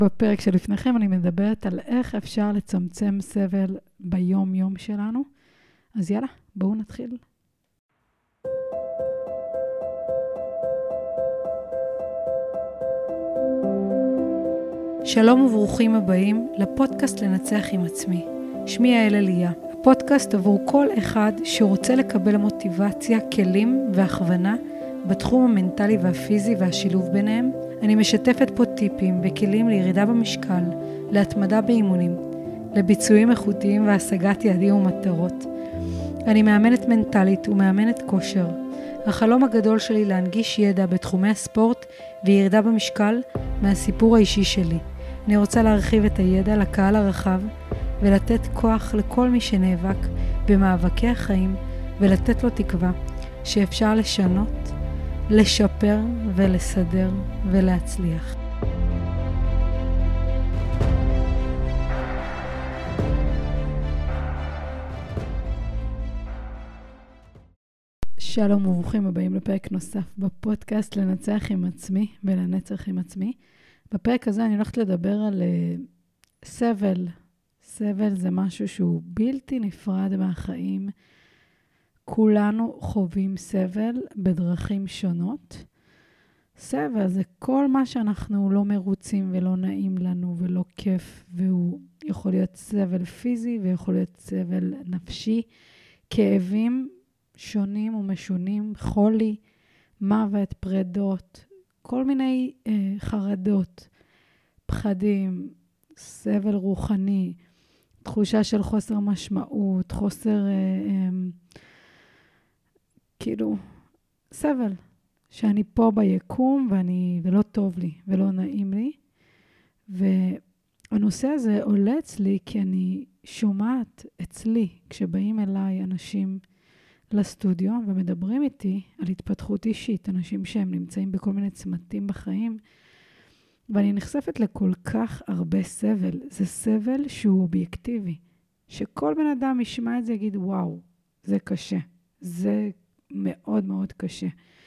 בפרק שלפניכם אני מדברת על איך אפשר לצמצם סבל ביום-יום שלנו. אז יאללה, בואו נתחיל. שלום וברוכים הבאים לפודקאסט לנצח עם עצמי. שמי יעל אליה, הפודקאסט עבור כל אחד שרוצה לקבל מוטיבציה, כלים והכוונה בתחום המנטלי והפיזי והשילוב ביניהם. אני משתפת פה טיפים וכלים לירידה במשקל, להתמדה באימונים, לביצועים איכותיים והשגת יעדים ומטרות. אני מאמנת מנטלית ומאמנת כושר. החלום הגדול שלי להנגיש ידע בתחומי הספורט וירידה במשקל מהסיפור האישי שלי. אני רוצה להרחיב את הידע לקהל הרחב ולתת כוח לכל מי שנאבק במאבקי החיים ולתת לו תקווה שאפשר לשנות, לשפר ולסדר ולהצליח. שלום וברוכים הבאים לפרק נוסף בפודקאסט לנצח עם עצמי ולנצח עם עצמי. בפרק הזה אני הולכת לדבר על סבל. סבל זה משהו שהוא בלתי נפרד מהחיים. כולנו חווים סבל בדרכים שונות. סבל זה כל מה שאנחנו לא מרוצים ולא נעים לנו ולא כיף, והוא יכול להיות סבל פיזי ויכול להיות סבל נפשי, כאבים שונים ומשונים, חולי, מוות, פרדות, כל מיני חרדות, פחדים, סבל רוחני, תחושה של חוסר משמעות, חוסר סבל, שאני פה ביקום ולא טוב לי ולא נעים לי. והנושא הזה עולה אצלי כי אני שומעת אצלי, כשבאים אליי אנשים לסטודיו ומדברים איתי על התפתחות אישית, אנשים שהם נמצאים בכל מיני צמתים בחיים, ואני נחשפת לכל כך הרבה סבל. זה סבל שהוא אובייקטיבי, שכל בן אדם ישמע את זה יגיד, וואו, זה קשה, זה מאוד מאוד קשה.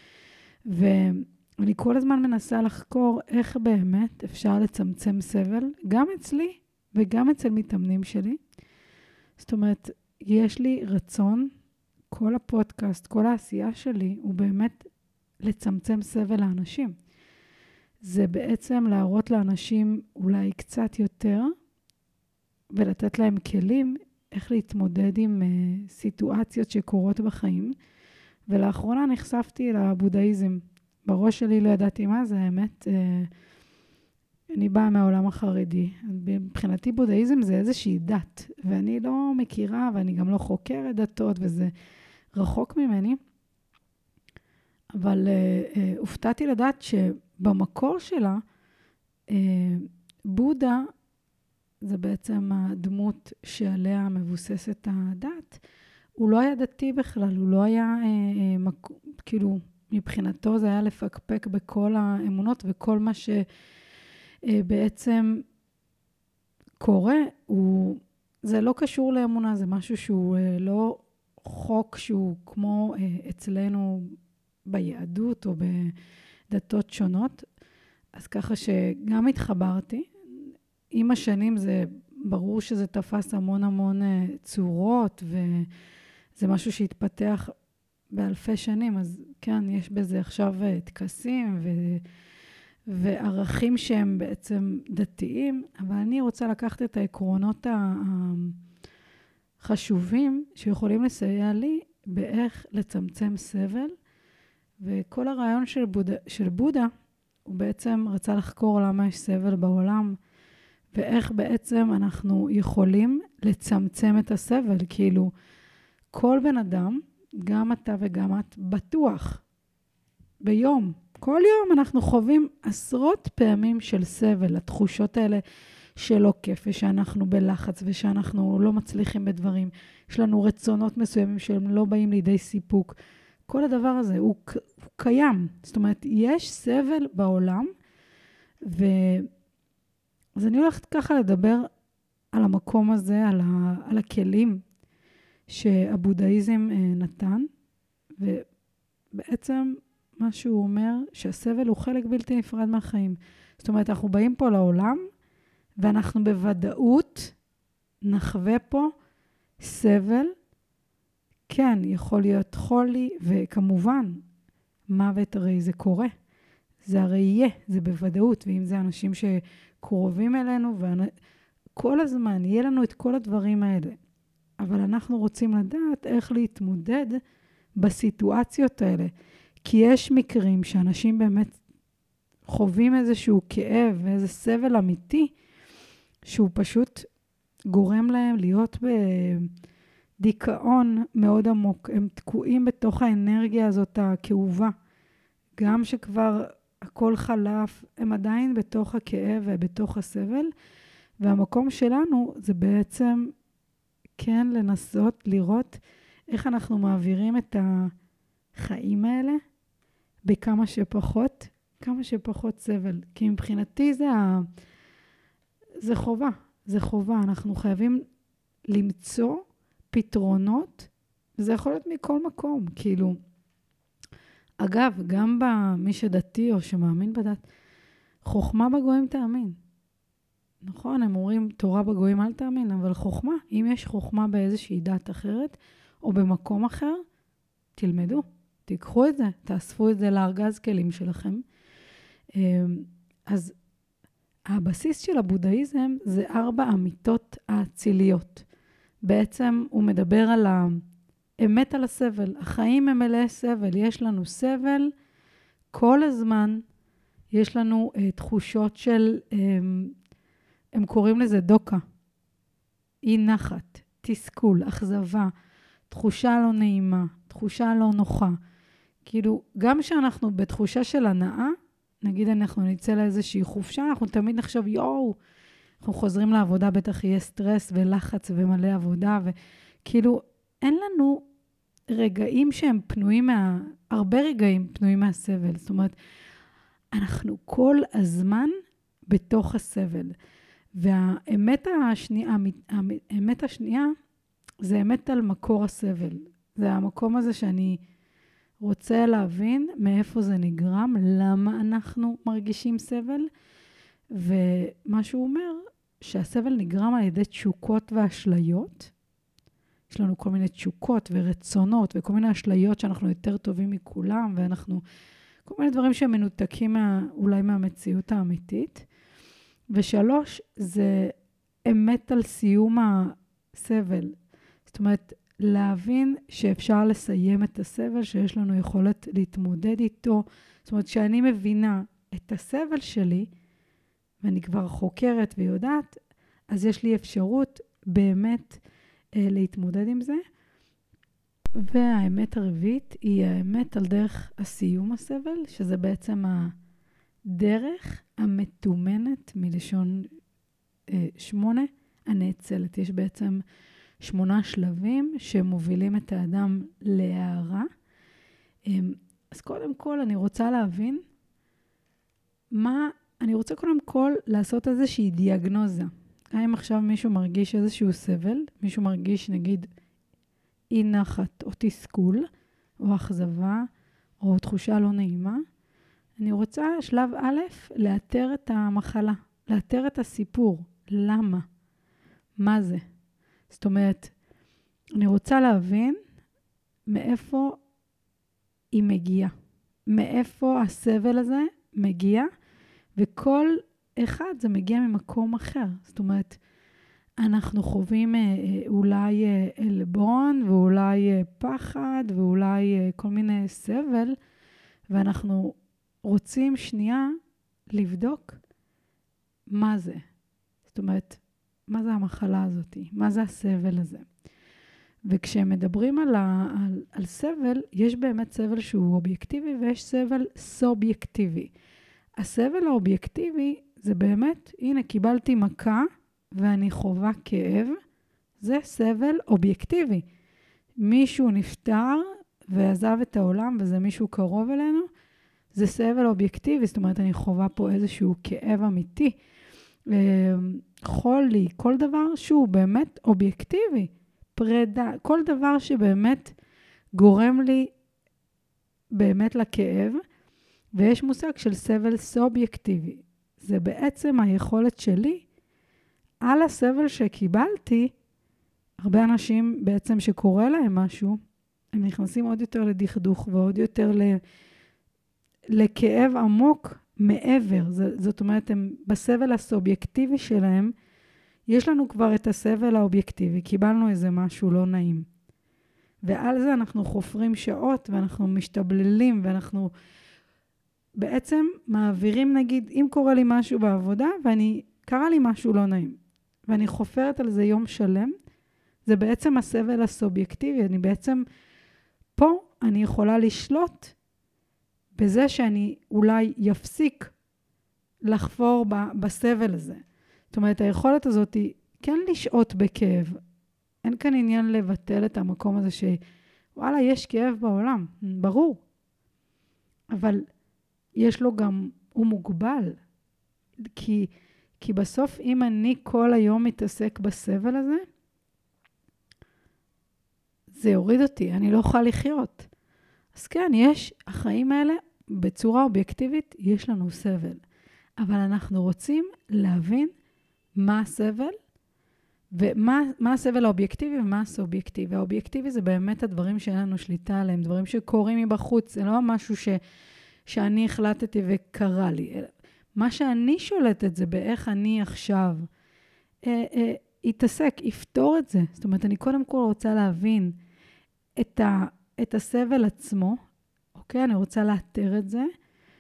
ואני כל הזמן מנסה לחקור איך באמת אפשר לצמצם סבל, גם אצלי וגם אצל מתאמנים שלי. זאת אומרת, יש לי רצון, כל הפודקאסט, כל העשייה שלי, הוא באמת לצמצם סבל לאנשים. זה בעצם להראות לאנשים אולי קצת יותר, ולתת להם כלים איך להתמודד עם סיטואציות שקורות בחיים. ולאחרונה נחשפתי לבודהיזם. בראש שלי לא ידעתי מה זה, האמת. אני באה מהעולם החרדי. מבחינתי בודהיזם זה איזושהי דת, ואני לא מכירה, ואני גם לא חוקרת דתות, וזה רחוק ממני. אבל הופתעתי לדעת שבמקור שלה, בודה, זה בעצם הדמות שעליה מבוססת הדת, הוא לא היה דתי בכלל, הוא לא היה, מבחינתו זה היה לפקפק בכל האמונות, וכל מה שבעצם קורה, זה לא קשור לאמונה, זה משהו שהוא לא חוק שהוא כמו אצלנו ביהדות או בדתות שונות. אז ככה שגם התחברתי, עם השנים זה ברור שזה תפס המון צורות, וזה משהו שהתפתח באלפי שנים, אז כן, יש בזה עכשיו תקסים וערכים שהם בעצם דתיים, אבל אני רוצה לקחת את העקרונות החשובים שיכולים לסייע לי באיך לצמצם סבל, וכל הרעיון של בודה, הוא בעצם רצה לחקור למה יש סבל בעולם, ואיך בעצם אנחנו יכולים לצמצם את הסבל. כאילו, כל בן אדם, גם אתה וגם את, בטוח, ביום, כל יום אנחנו חווים עשרות פעמים של סבל, התחושות האלה שלא כיף, ושאנחנו בלחץ, ושאנחנו לא מצליחים בדברים, יש לנו רצונות מסוימים שהם לא באים לידי סיפוק. כל הדבר הזה הוא קיים, זאת אומרת, יש סבל בעולם, אז אני הולכת ככה לדבר על המקום הזה, על הכלים שהבודהיזם נתן, ובעצם מה שהוא אומר, שהסבל הוא חלק בלתי נפרד מהחיים. זאת אומרת, אנחנו באים פה לעולם ואנחנו בוודאות נחווה פה סבל. כן, יכול להיות חולי, וכמובן, מוות הרי זה קורה. זה הרי יהיה, זה בוודאות, ואם זה אנשים שקרובים אלינו, כל הזמן יהיה לנו את כל הדברים האלה. אבל אנחנו רוצים לדעת איך להתמודד בסיטואציות האלה. כי יש מקרים שאנשים באמת חווים איזשהו כאב ואיזה סבל אמיתי, שהוא פשוט גורם להם להיות בדיכאון מאוד עמוק. הם תקועים בתוך האנרגיה הזאת הכאובה. גם שכבר הכל חלף, הם עדיין בתוך הכאב ובתוך הסבל. והמקום שלנו זה בעצם כן לנסות לראות איך אנחנו מעבירים את החיים האלה בכמה שפחות סבל. כי מבחינתי זה חובה. זה חובה. אנחנו חייבים למצוא פתרונות, וזה יכול להיות מכל מקום. כאילו, אגב, גם במי שדתי או שמאמין בדת, חוכמה בגויים תאמין. נכון, הם אומרים, תורה בגויים אל תאמין, אבל חוכמה, אם יש חוכמה באיזושהי דת אחרת, או במקום אחר, תלמדו, תיקחו את זה, תאספו את זה לארגז כלים שלכם. אז הבסיס של הבודהיזם זה 4 אמיתות האציליות. בעצם הוא מדבר על האמת על הסבל. החיים הם מלאי סבל, יש לנו סבל כל הזמן, יש לנו תחושות של, הם קוראים לזה דוקה, אי נחת, תסכול, אכזבה, תחושה לא נעימה, תחושה לא נוחה. כאילו, גם שאנחנו בתחושה של הנאה, נגיד אנחנו נצא לאיזושהי חופשה, אנחנו תמיד נחשוב, יואו, אנחנו חוזרים לעבודה, בטח יהיה סטרס ולחץ ומלא עבודה, וכאילו, אין לנו רגעים שהם פנויים הרבה רגעים פנויים מהסבל. זאת אומרת, אנחנו כל הזמן בתוך הסבל. והאמת השנייה, זה אמת על מקור הסבל. זה המקום הזה שאני רוצה להבין מאיפה זה נגרם, למה אנחנו מרגישים סבל, ומה שהוא אומר, שהסבל נגרם על ידי תשוקות ואשליות. יש לנו כל מיני תשוקות ורצונות, וכל מיני אשליות שאנחנו יותר טובים מכולם, ואנחנו, כל מיני דברים שהם מנותקים אולי מהמציאות האמיתית. 3, זה אמת על סיום הסבל. זאת אומרת, להבין שאפשר לסיים את הסבל, שיש לנו יכולת להתמודד איתו. זאת אומרת, שאני מבינה את הסבל שלי, ואני כבר חוקרת ויודעת, אז יש לי אפשרות באמת להתמודד עם זה. והאמת הרביעית היא האמת על דרך הסיום הסבל, שזה בעצם הדרך המתומנת מלשון 8, הנאצלת. יש בעצם 8 שלבים שמובילים את האדם להערה. אז קודם כל אני רוצה להבין אני רוצה קודם כל לעשות איזושהי דיאגנוזה. האם עכשיו מישהו מרגיש איזשהו סבל, מישהו מרגיש נגיד אי נחת או תסכול, או אכזבה, או תחושה לא נעימה. אני רוצה שלב א', לאתר את המחלה, לאתר את הסיפור. למה? מה זה? זאת אומרת, אני רוצה להבין מאיפה היא מגיעה. מאיפה הסבל הזה מגיע, וכל אחד זה מגיע ממקום אחר. זאת אומרת, אנחנו חווים אולי אלבון, ואולי פחד, ואולי כל מיני סבל, ואנחנו רוצים שנייה לבדוק מה זה. זאת אומרת, מה זה המחלה הזאת? מה זה הסבל הזה? וכשהם מדברים על סבל, יש באמת סבל שהוא אובייקטיבי, ויש סבל סובייקטיבי. הסבל האובייקטיבי זה באמת, הנה קיבלתי מכה, ואני חווה כאב, זה סבל אובייקטיבי. מישהו נפטר ועזב את העולם, וזה מישהו קרוב אלינו, זה סבל אובייקטיבי, זאת אומרת, אני חווה פה איזשהו כאב אמיתי. חולי, כל דבר שהוא באמת אובייקטיבי, פרידה, כל דבר שבאמת גורם לי באמת לכאב, ויש מושג של סבל סובייקטיבי. זה בעצם היכולת שלי על הסבל שקיבלתי, הרבה אנשים בעצם שקורה להם משהו, הם נכנסים עוד יותר לדכדוך ועוד יותר לכאב עמוק מעבר. זאת אומרת, הם בסבל הסובייקטיבי שלהם, יש לנו כבר את הסבל האובייקטיבי, קיבלנו איזה משהו לא נעים. ועל זה אנחנו חופרים שעות, ואנחנו משתבללים, ואנחנו בעצם מעבירים, נגיד, אם קורה לי משהו בעבודה, קרה לי משהו לא נעים, ואני חופרת על זה יום שלם, זה בעצם הסבל הסובייקטיבי. אני בעצם, פה אני יכולה לשלוט בזה שאני אולי יפסיק לחפור בסבל הזה. זאת אומרת, היכולת הזאת היא כן לשעות בכאב. אין כאן עניין לבטל את המקום הזה שוואלה, יש כאב בעולם, ברור. אבל יש לו גם, הוא מוגבל. כי בסוף אם אני כל היום מתעסק בסבל הזה, זה יוריד אותי, אני לא אוכל לחיות. אז כן, החיים האלה בצורה אובייקטיבית, יש לנו סבל. אבל אנחנו רוצים להבין מה הסבל, ומה הסבל האובייקטיבי ומה הסובייקטיבי. האובייקטיבי זה באמת הדברים שאין לנו שליטה עליהם, דברים שקורים מבחוץ, זה לא משהו שאני החלטתי וקרה לי. מה שאני שולטת זה באיך אני עכשיו יפתור את זה. זאת אומרת, אני קודם כל רוצה להבין את הסבל עצמו, אוקיי? אני רוצה לאתר את זה,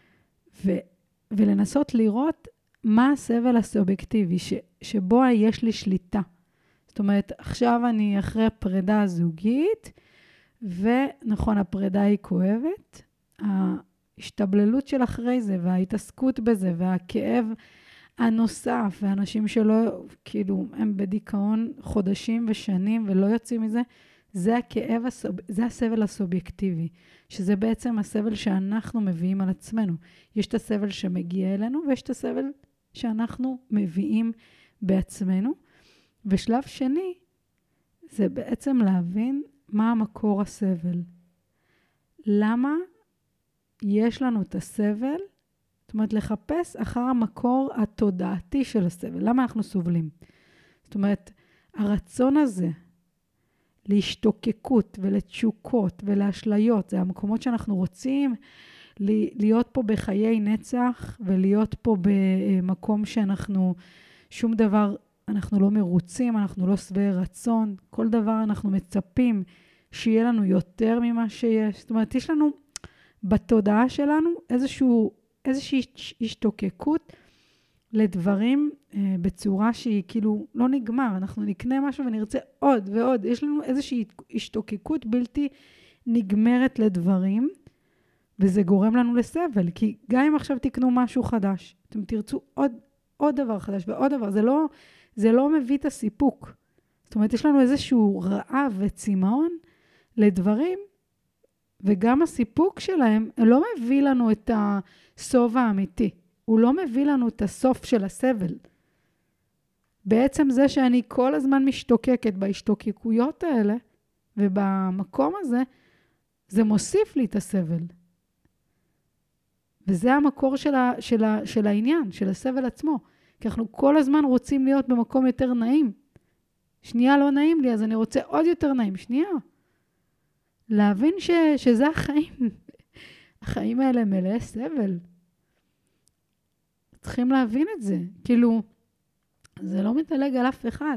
ולנסות לראות מה הסבל הסובייקטיבי, שבו יש לי שליטה. זאת אומרת, עכשיו אני אחרי פרידה זוגית, ונכון, הפרידה היא כואבת, ההשתבללות של אחרי זה, וההתעסקות בזה, והכאב הנוסף, ואנשים שלא, כאילו, הם בדיכאון חודשים ושנים, ולא יוצאים מזה, זה הסבל הסובייקטיבי, שזה בעצם הסבל שאנחנו מביאים על עצמנו. יש את הסבל שמגיע אלינו, ויש את הסבל שאנחנו מביאים בעצמנו. ושלב שני, זה בעצם להבין מה המקור הסבל. למה יש לנו את הסבל? זאת אומרת, לחפש אחר המקור התודעתי של הסבל. למה אנחנו סובלים? זאת אומרת, הרצון הזה, להשתוקקות ולתשוקות ולאשליות, זה המקומות שאנחנו רוצים להיות פה בחיי נצח, ולהיות פה במקום שאנחנו, שום דבר, אנחנו לא מרוצים, אנחנו לא שבעי רצון, כל דבר אנחנו מצפים שיהיה לנו יותר ממה שיש. זאת אומרת, יש לנו בתודעה שלנו איזושהי השתוקקות לדברים בצורה שהיא כאילו לא נגמר. אנחנו נקנה משהו ונרצה עוד ועוד. יש לנו איזושהי השתוקקות בלתי נגמרת לדברים, וזה גורם לנו לסבל. כי גם אם עכשיו תקנו משהו חדש, אתם תרצו עוד דבר חדש ועוד דבר. זה לא מביא את הסיפוק. זאת אומרת, יש לנו איזשהו רעב וצמאון לדברים, וגם הסיפוק שלהם לא מביא לנו את הסוף האמיתי. הוא לא מביא לנו את הסוף של הסבל. בעצם זה שאני כל הזמן משתוקקת בהשתוקקויות האלה, ובמקום הזה, זה מוסיף לי את הסבל. וזה המקור של העניין, של הסבל עצמו. כי אנחנו כל הזמן רוצים להיות במקום יותר נעים. שנייה לא נעים לי, אז אני רוצה עוד יותר נעים. שנייה. להבין שזה החיים. החיים האלה מלא סבל. צריכים להבין את זה. כאילו, זה לא מתעלג על אף אחד.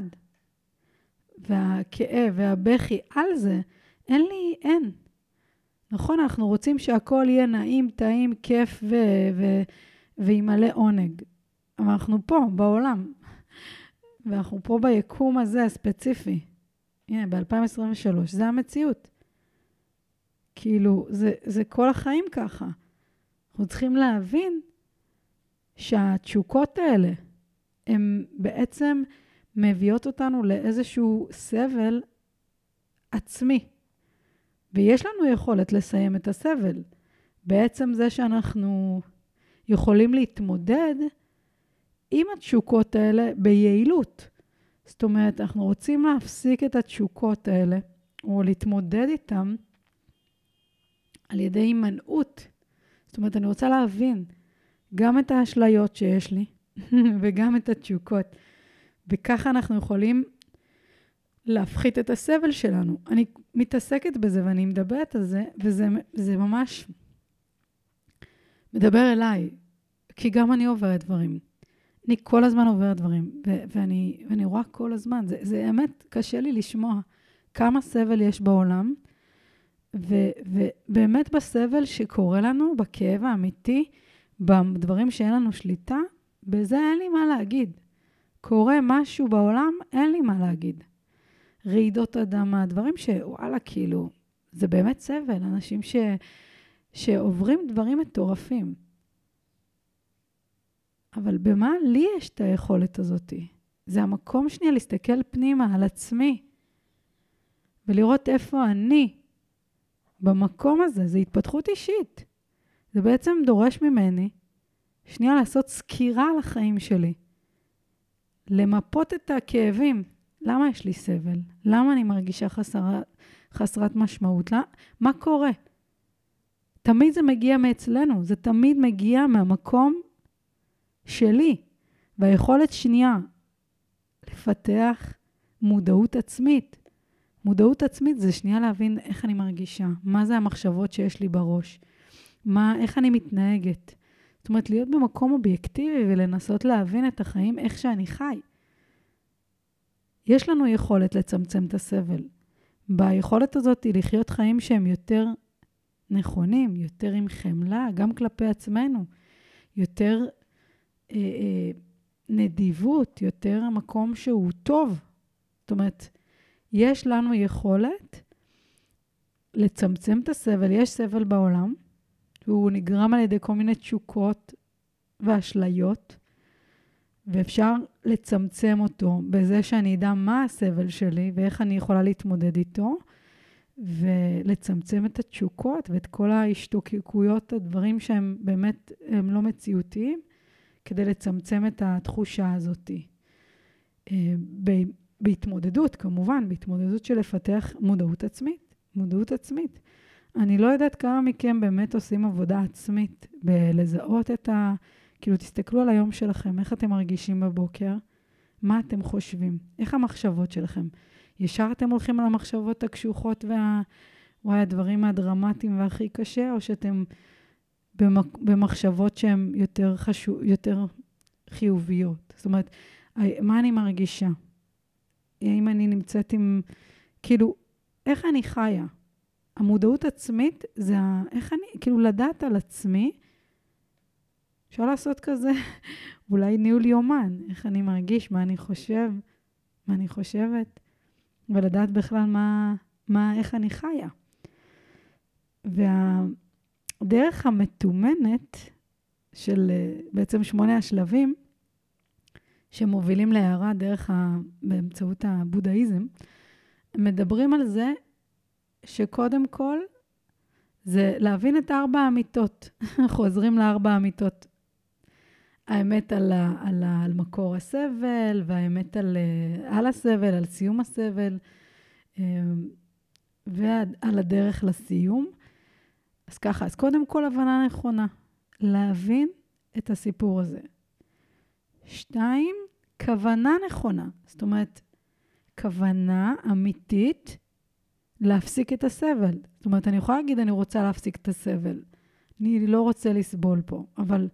והכאב והבכי על זה, אין. נכון, אנחנו רוצים שהכל יהיה נעים, טעים, כיף ועם מלא עונג. אבל אנחנו פה, בעולם. ואנחנו פה ביקום הזה הספציפי. הנה, ב-2023, זה המציאות. כאילו, זה כל החיים ככה. אנחנו צריכים להבין שהתשוקות האלה, הן בעצם מביאות אותנו לאיזשהו סבל עצמי. ויש לנו יכולת לסיים את הסבל. בעצם זה שאנחנו יכולים להתמודד עם התשוקות האלה ביעילות. זאת אומרת, אנחנו רוצים להפסיק את התשוקות האלה, או להתמודד איתם על ידי הימנעות. זאת אומרת, אני רוצה להבין גם את האשליות שיש לי, וגם את התשוקות. וככה אנחנו יכולים להפחית את הסבל שלנו. אני מתעסקת בזה ואני מדברת על זה, וזה ממש מדבר אליי, כי גם אני עוברת דברים. אני כל הזמן עוברת דברים, ואני רואה כל הזמן. זה באמת קשה לי לשמוע כמה סבל יש בעולם, ובאמת בסבל שקורה לנו, בכאב האמיתי, בדברים שאין לנו שליטה, בזה אין לי מה להגיד. קורה משהו בעולם, אין לי מה להגיד. רעידות אדמה, דברים שוואלה, כאילו, זה באמת סבל. אנשים שעוברים דברים מטורפים. אבל במה לי יש את היכולת הזאת? זה המקום שנייה להסתכל פנימה על עצמי, ולראות איפה אני במקום הזה. זה התפתחות אישית. זה בעצם דורש ממני שנייה לעשות סקירה על החיים שלי. למפות את הכאבים. למה יש לי סבל? למה אני מרגישה חסרת משמעות? מה קורה? תמיד זה מגיע מאצלנו. זה תמיד מגיע מהמקום שלי. והיכולת שנייה לפתח מודעות עצמית. מודעות עצמית זה שנייה להבין איך אני מרגישה. מה זה המחשבות שיש לי בראש? איך אני מתנהגת? זאת אומרת, להיות במקום אובייקטיבי ולנסות להבין את החיים איך שאני חי. יש לנו יכולת לצמצם את הסבל. ביכולת הזאת היא לחיות חיים שהם יותר נכונים, יותר עם חמלה, גם כלפי עצמנו, יותר נדיבות, יותר מקום שהוא טוב. זאת אומרת, יש לנו יכולת לצמצם את הסבל. יש סבל בעולם, והוא נגרם על ידי כל מיני תשוקות ואשליות, ואפשר לצמצם אותו בזה שאני אדע מה הסבל שלי, ואיך אני יכולה להתמודד איתו, ולצמצם את התשוקות ואת כל ההשתוקקויות, הדברים שהם באמת הם לא מציאותיים, כדי לצמצם את התחושה הזאת. בהתמודדות, כמובן, בהתמודדות של לפתח מודעות עצמית. מודעות עצמית. אני לא יודעת כמה מכם באמת עושים עבודה עצמית, בלזהות כאילו תסתכלו על היום שלכם, איך אתם מרגישים בבוקר, מה אתם חושבים, איך המחשבות שלכם. ישר אתם הולכים על המחשבות הקשוחות הדברים הדרמטיים והכי קשה, או שאתם במחשבות שהן יותר חיוביות. זאת אומרת, מה אני מרגישה? אם אני נמצאת כאילו, איך אני חיה? המודעות עצמית זה איך אני, כאילו לדעת על עצמי, אפשר לעשות כזה, אולי ניהול יומן, איך אני מרגיש, מה אני חושב, מה אני חושבת, ולדעת בכלל איך אני חיה. והדרך המתומנת של בעצם 8 השלבים, שמובילים להערה באמצעות הבודהיזם, מדברים על זה שקודם כל זה להבין את 4 האמיתות. חוזרים ל4 האמיתות. האמת על מקור הסבל, והאמת על הסבל, על סיום הסבל, ועל הדרך לסיום. אז ככה, אז קודם כל הבנה נכונה. להבין את הסיפור הזה. 2, כוונה נכונה. זאת אומרת, כוונה אמיתית להפסיק את הסבל. זאת אומרת, אני יכולה להגיד, אני רוצה להפסיק את הסבל. אני לא רוצה לסבול פה, אבל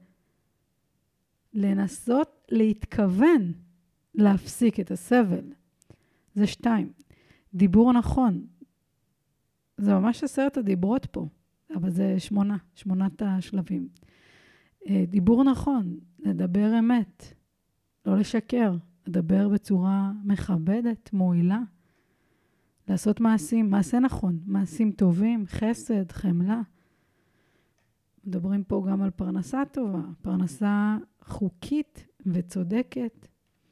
לנסות להתכוון להפסיק את הסבל. זה 2. דיבור נכון. זה ממש 10 הדיברות פה, אבל זה 8 השלבים. דיבור נכון, לדבר אמת, לא לשקר, לדבר בצורה מכבדת, מועילה, לעשות מעשים, מעשה נכון, מעשים טובים, חסד, חמלה. מדברים פה גם על פרנסה טובה, פרנסה חוקית וצודקת.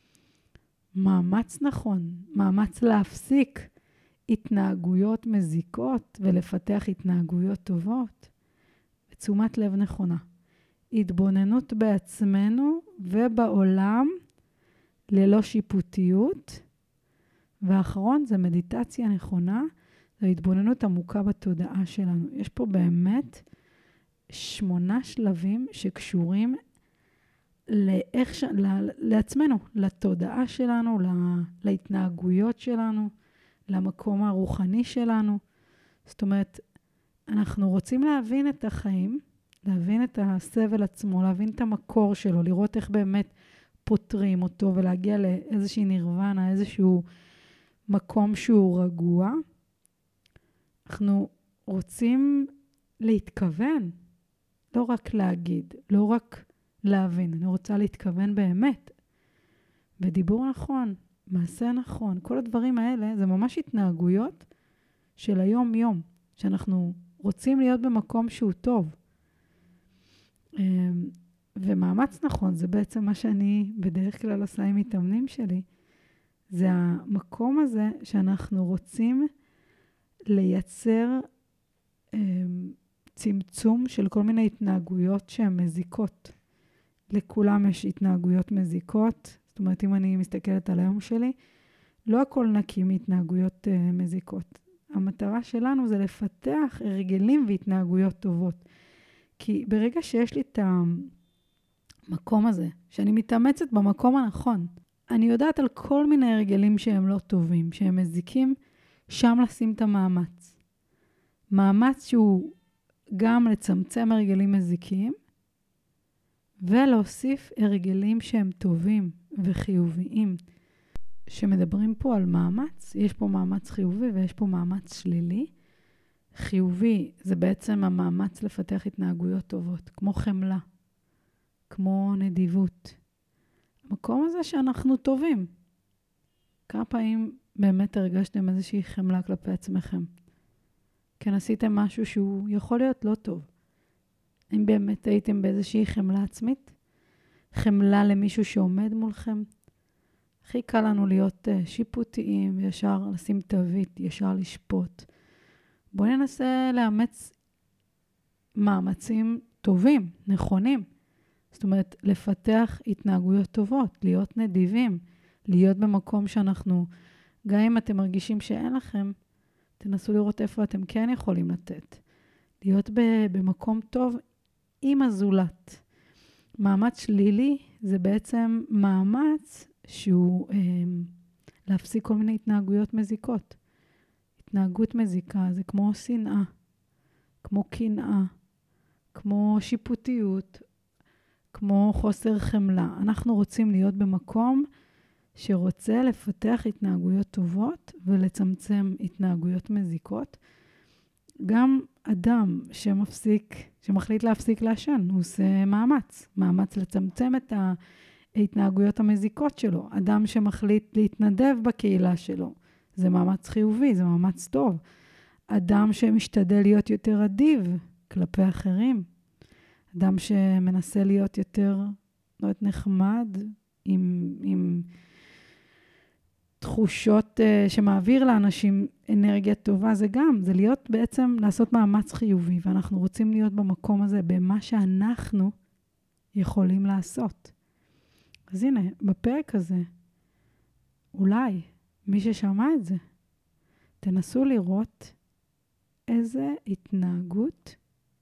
מאמץ נכון, מאמץ להפסיק התנהגויות מזיקות ולפתח התנהגויות טובות. ותשומת לב נכונה. התבוננות בעצמנו ובעולם ללא שיפוטיות. והאחרון זה מדיטציה נכונה, זו התבוננות עמוקה בתודעה שלנו. יש פה באמת 8 שלבים שקשורים לעצמנו, לתודעה שלנו, להתנהגויות שלנו, למקום הרוחני שלנו. זאת אומרת, אנחנו רוצים להבין את החיים, להבין את הסבל עצמו, להבין את המקור שלו, לראות איך באמת פותרים אותו ולהגיע לאיזושהי נירוונה, איזשהו מקום שהוא רגוע. אנחנו רוצים להתכוון, לא רק להגיד, לא רק להבין. אני רוצה להתכוון באמת. ודיבור נכון, מעשה נכון, כל הדברים האלה זה ממש התנהגויות של היום-יום, שאנחנו רוצים להיות במקום שהוא טוב. ומאמץ נכון, זה בעצם מה שאני בדרך כלל עושה עם מתאמנים שלי, זה המקום הזה שאנחנו רוצים לייצר צמצום של כל מיני התנהגויות שהן מזיקות. לכולם יש התנהגויות מזיקות, זאת אומרת, אם אני מסתכלת על היום שלי, לא הכל נקי מהתנהגויות מזיקות. המטרה שלנו זה לפתח הרגלים והתנהגויות טובות. כי ברגע שיש לי את המקום הזה, שאני מתאמצת במקום הנכון, אני יודעת על כל מיני הרגלים שהם לא טובים, שהם מזיקים, שם לשים את המאמץ. מאמץ שהוא גם לצמצם הרגלים מזיקים, ולהוסיף הרגלים שהם טובים וחיוביים. שמדברים פה על מאמץ, יש פה מאמץ חיובי ויש פה מאמץ שלילי. חיובי זה בעצם המאמץ לפתח התנהגויות טובות, כמו חמלה, כמו נדיבות. המקום הזה שאנחנו טובים. כמה פעמים באמת הרגשתם איזושהי חמלה כלפי עצמכם? כן, עשיתם משהו שהוא יכול להיות לא טוב. אם באמת הייתם באיזושהי חמלה עצמית, חמלה למישהו שעומד מולכם, הכי קל לנו להיות שיפוטיים, ישר לשים תווית, ישר לשפוט. בואו ננסה לאמץ מאמצים טובים, נכונים. זאת אומרת, לפתח התנהגויות טובות, להיות נדיבים, להיות במקום שאנחנו, גם אם אתם מרגישים שאין לכם, תנסו לראות איפה אתם כן יכולים לתת. להיות במקום טוב עם הזולת. מאמץ שלילי זה בעצם מאמץ שהוא להפסיק כל מיני התנהגויות מזיקות. התנהגות מזיקה זה כמו שנאה, כמו קנאה, כמו שיפוטיות, כמו חוסר חמלה. אנחנו רוצים להיות במקום שרוצה לפתח התנהגויות טובות ולצמצם התנהגויות מזיקות. גם אדם שמחליט להפסיק לעשן, הוא עושה מאמץ לצמצם את ההתנהגויות המזיקות שלו. אדם שמחליט להתנדב בקהילה שלו, זה מאמץ חיובי, זה מאמץ טוב. אדם שמשתדל להיות יותר אדיב כלפי אחרים, אדם שמנסה להיות יותר נחמד עם תחושות שמעביר לאנשים אנרגיה טובה, זה להיות בעצם לעשות מאמץ חיובי, ואנחנו רוצים להיות במקום הזה, במה שאנחנו יכולים לעשות. אז הנה, בפרק הזה, אולי מי ששמע את זה, תנסו לראות איזה התנהגות,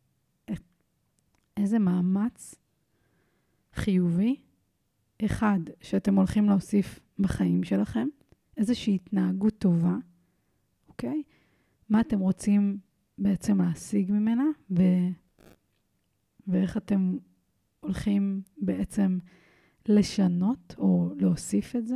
איזה מאמץ חיובי, אחד שאתם הולכים להוסיף בחיים שלכם, איזושהי התנהגות טובה, אוקיי? מה אתם רוצים בעצם להשיג ממנה, ואיך אתם הולכים בעצם לשנות או להוסיף את זה.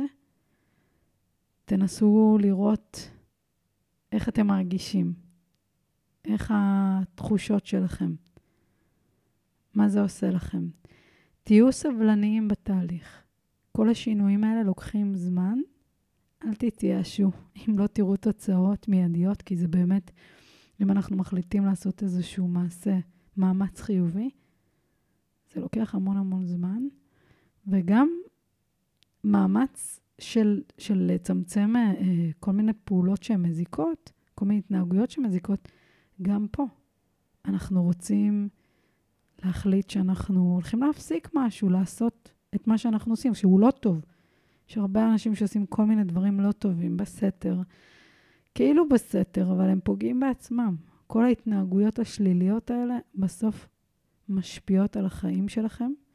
תנסו לראות איך אתם מרגישים, איך התחושות שלכם, מה זה עושה לכם. תהיו סבלניים בתהליך. כל השינויים האלה לוקחים זמן, אל תתייאשו אם לא תראו תוצאות מיידיות, כי זה באמת, אם אנחנו מחליטים לעשות איזשהו מאמץ חיובי, זה לוקח המון זמן, וגם מאמץ של לצמצם כל מיני פעולות שהן מזיקות, כל מיני התנהגויות שמזיקות, גם פה אנחנו רוצים להחליט שאנחנו הולכים להפסיק משהו, לעשות את מה שאנחנו עושים, שהוא לא טוב. יש הרבה אנשים שעושים כל מיני דברים לא טובים בסתר, כאילו בסתר, אבל הם פוגעים בעצמם. כל ההתנהגויות השליליות האלה בסוף משפיעות על החיים שלכם,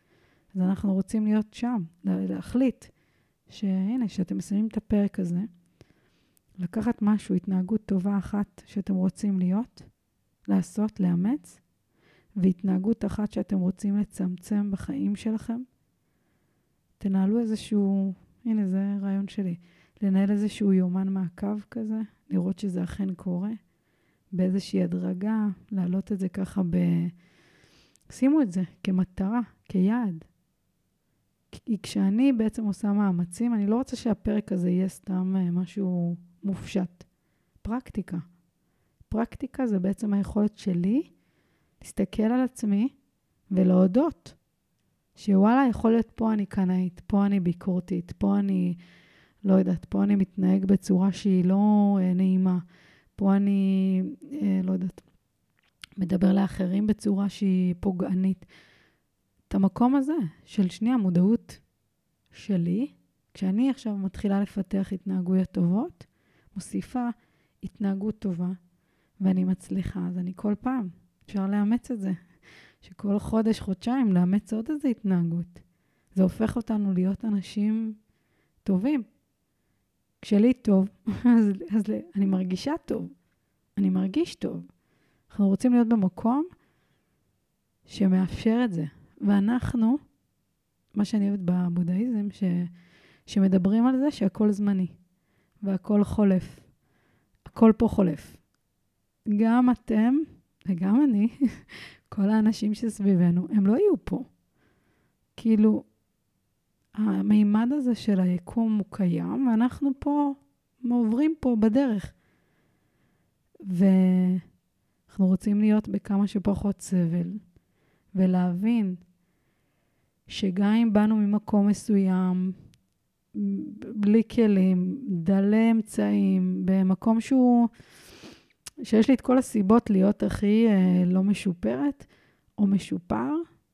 אז אנחנו רוצים להיות שם, להחליט שהנה, שאתם מסיימים את הפרק הזה, לקחת משהו, התנהגות טובה אחת שאתם רוצים להיות, לעשות, לאמץ, והתנהגות אחת שאתם רוצים לצמצם בחיים שלכם. תנהלו איזשהו, הנה זה רעיון שלי, לנהל איזשהו יומן מעקב כזה, לראות שזה אכן קורה, באיזושהי הדרגה, להעלות את זה ככה שימו את זה כמטרה, כיעד. כי כשאני בעצם עושה מאמצים, אני לא רוצה שהפרק הזה יהיה סתם משהו מופשט. פרקטיקה. פרקטיקה זה בעצם היכולת שלי להסתכל על עצמי ולהודות. שוואלה, יכול להיות פה אני קנאית, פה אני ביקורתית, פה אני, לא יודעת, פה אני מתנהג בצורה שהיא לא נעימה, פה אני, לא יודעת, מדבר לאחרים בצורה שהיא פוגענית. את המקום הזה של שנייה מודעות שלי, כשאני עכשיו מתחילה לפתח התנהגויות טובות, מוסיפה התנהגות טובה, ואני מצליחה, אז אני כל פעם, אפשר לאמץ את זה, שכל חודש, חודשיים, לאמץ עוד איזו התנהגות. זה הופך אותנו להיות אנשים טובים. כשלי טוב, אז אני מרגישה טוב, אני מרגיש טוב. אנחנו רוצים להיות במקום שמאפשר את זה. ואנחנו, מה שאני אוהבת בבודהיזם, שמדברים על זה שהכל זמני, והכל חולף. הכל פה חולף. גם אתם וגם אני, כל האנשים שסביבנו, הם לא יהיו פה. כאילו, המימד הזה של היקום הוא קיים, ואנחנו פה, עוברים פה בדרך. ואנחנו רוצים להיות בכמה שפחות סבל, ולהבין שגם אם באנו ממקום מסוים, בלי כלים, דלי אמצעים, במקום שיש לי את כל הסיבות להיות הכי לא משופרת או משופר,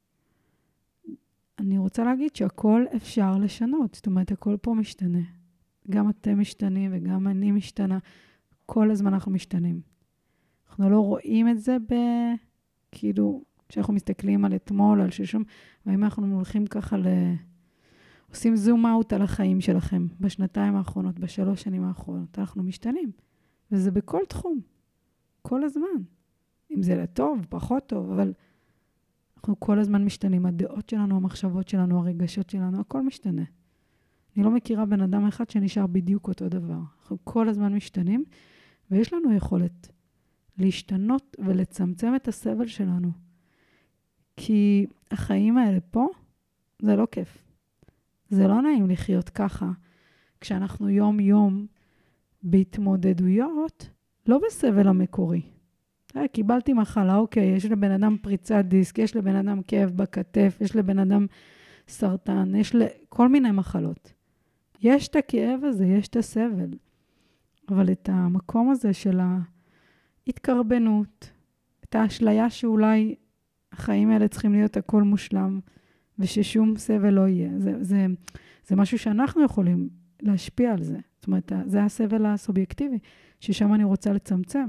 אני רוצה להגיד שהכל אפשר לשנות. זאת אומרת, הכל פה משתנה. גם אתם משתנים וגם אני משתנה. כל הזמן אנחנו משתנים. אנחנו לא רואים את זה כאילו, כשאנחנו מסתכלים על אתמול, על שלשום, ואם אנחנו הולכים ככה עושים זום אאוט על החיים שלכם, בשנתיים האחרונות, בשלוש שנים האחרונות, אנחנו משתנים. וזה בכל תחום, כל הזמן. אם זה לטוב, פחות טוב, אבל אנחנו כל הזמן משתנים. הדעות שלנו, המחשבות שלנו, הרגשות שלנו, הכל משתנה. אני לא מכירה בן אדם אחד שנשאר בדיוק אותו דבר. אנחנו כל הזמן משתנים, ויש לנו יכולת להשתנות ולצמצם את הסבל שלנו. כי החיים האלה פה, זה לא כיף. זה לא נעים לחיות ככה, כשאנחנו יום יום בהתמודדויות, לא בסבל המקורי. קיבלתי מחלה, אוקיי, יש לבן אדם פריצת דיסק, יש לבן אדם כאב בכתף, יש לבן אדם סרטן, יש כל מיני מחלות. יש את הכאב הזה, יש את הסבל. אבל את המקום הזה של ההתקרבנות, את האשליה שאולי החיים האלה צריכים להיות הכל מושלם, וששום סבל לא יהיה. זה משהו שאנחנו יכולים להשפיע על זה. זאת אומרת, זה הסבל הסובייקטיבי, ששם אני רוצה לצמצם.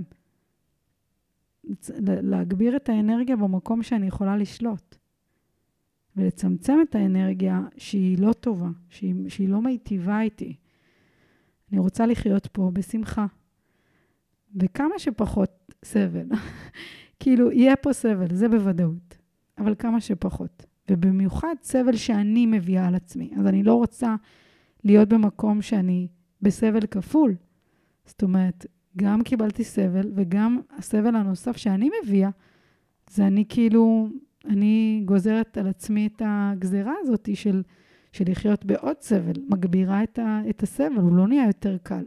להגביר את האנרגיה במקום שאני יכולה לשלוט. ולצמצם את האנרגיה שהיא לא טובה, שהיא לא מיטיבה איתי. אני רוצה לחיות פה בשמחה. וכמה שפחות סבל. כאילו, יהיה פה סבל, זה בוודאות. אבל כמה שפחות. ובמיוחד סבל שאני מביאה על עצמי. אז אני לא רוצה להיות במקום שאני בסבל כפול. זאת אומרת, גם קיבלתי סבל, וגם הסבל הנוסף שאני מביאה, זה אני גוזרת על עצמי את הגזירה הזאת של לחיות בעוד סבל, מגבירה את הסבל, הוא לא נהיה יותר קל.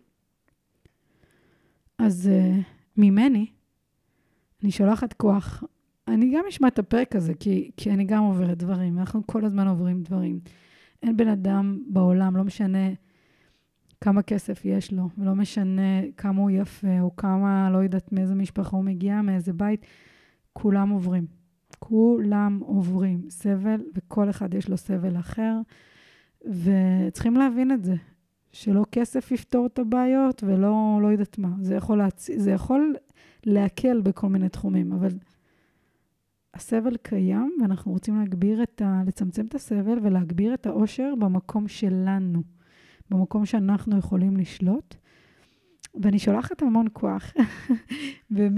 אז ממני, אני שולחת כוח. אני גם אשמע את הפרק הזה, כי אני גם עוברת דברים, אנחנו כל הזמן עוברים דברים. אין בן אדם בעולם, לא משנה כמה כסף יש לו, ולא משנה כמה הוא יפה, או כמה, לא יודעת מאיזה משפחה הוא מגיע, מאיזה בית, כולם עוברים. כולם עוברים סבל, וכל אחד יש לו סבל אחר, וצריכים להבין את זה, שלא כסף יפתור את הבעיות, ולא לא יודעת מה. זה יכול להקל בכל מיני תחומים, אבל הסבל קיים, ואנחנו רוצים לצמצם את הסבל ולהגביר את האושר במקום שלנו, במקום שאנחנו יכולים לשלוט. ואני שולחת המון כוח. ומי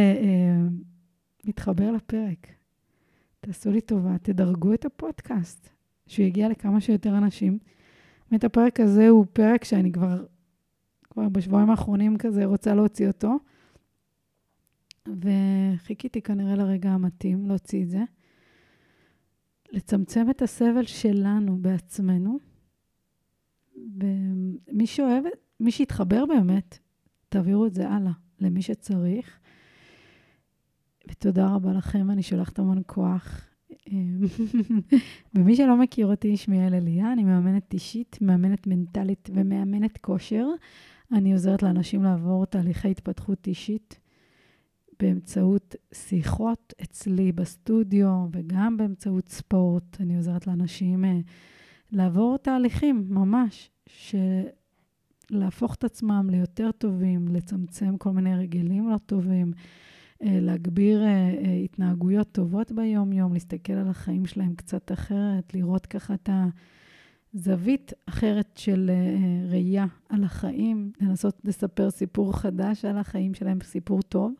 שמתחבר לפרק, תעשו לי טובה, תדרגו את הפודקאסט, שהוא יגיע לכמה שיותר אנשים. באמת הפרק הזה הוא פרק שאני כבר בשבועיים האחרונים כזה רוצה להוציא אותו, וחיכיתי כנראה לרגע המתאים להוציא את זה. לצמצם את הסבל שלנו בעצמנו, ומי שאוהב, מי שיתחבר באמת, תעבירו את זה הלאה למי שצריך. ותודה רבה לכם, אני שולחת המון כוח. ומי שלא מכיר אותי, שמי יעל אליה, אני מאמנת אישית, מאמנת מנטלית ומאמנת כושר. אני עוזרת לאנשים לעבור תהליכי התפתחות אישית באמצעות שיחות אצלי בסטודיו וגם באמצעות ספורט. אני עוזרת לאנשים לעבור תהליכים ממש, להפוך את עצמם ליותר טובים, לצמצם כל מיני רגלים לא טובים, להגביר התנהגויות טובות ביום-יום, להסתכל על החיים שלהם קצת אחרת, לראות ככה את הזווית אחרת של ראייה על החיים, לנסות לספר סיפור חדש על החיים שלהם, סיפור טוב.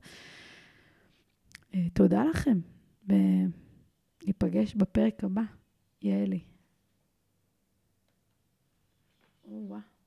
תודה לכם, וניפגש בפרק הבא. יעלי. וואו.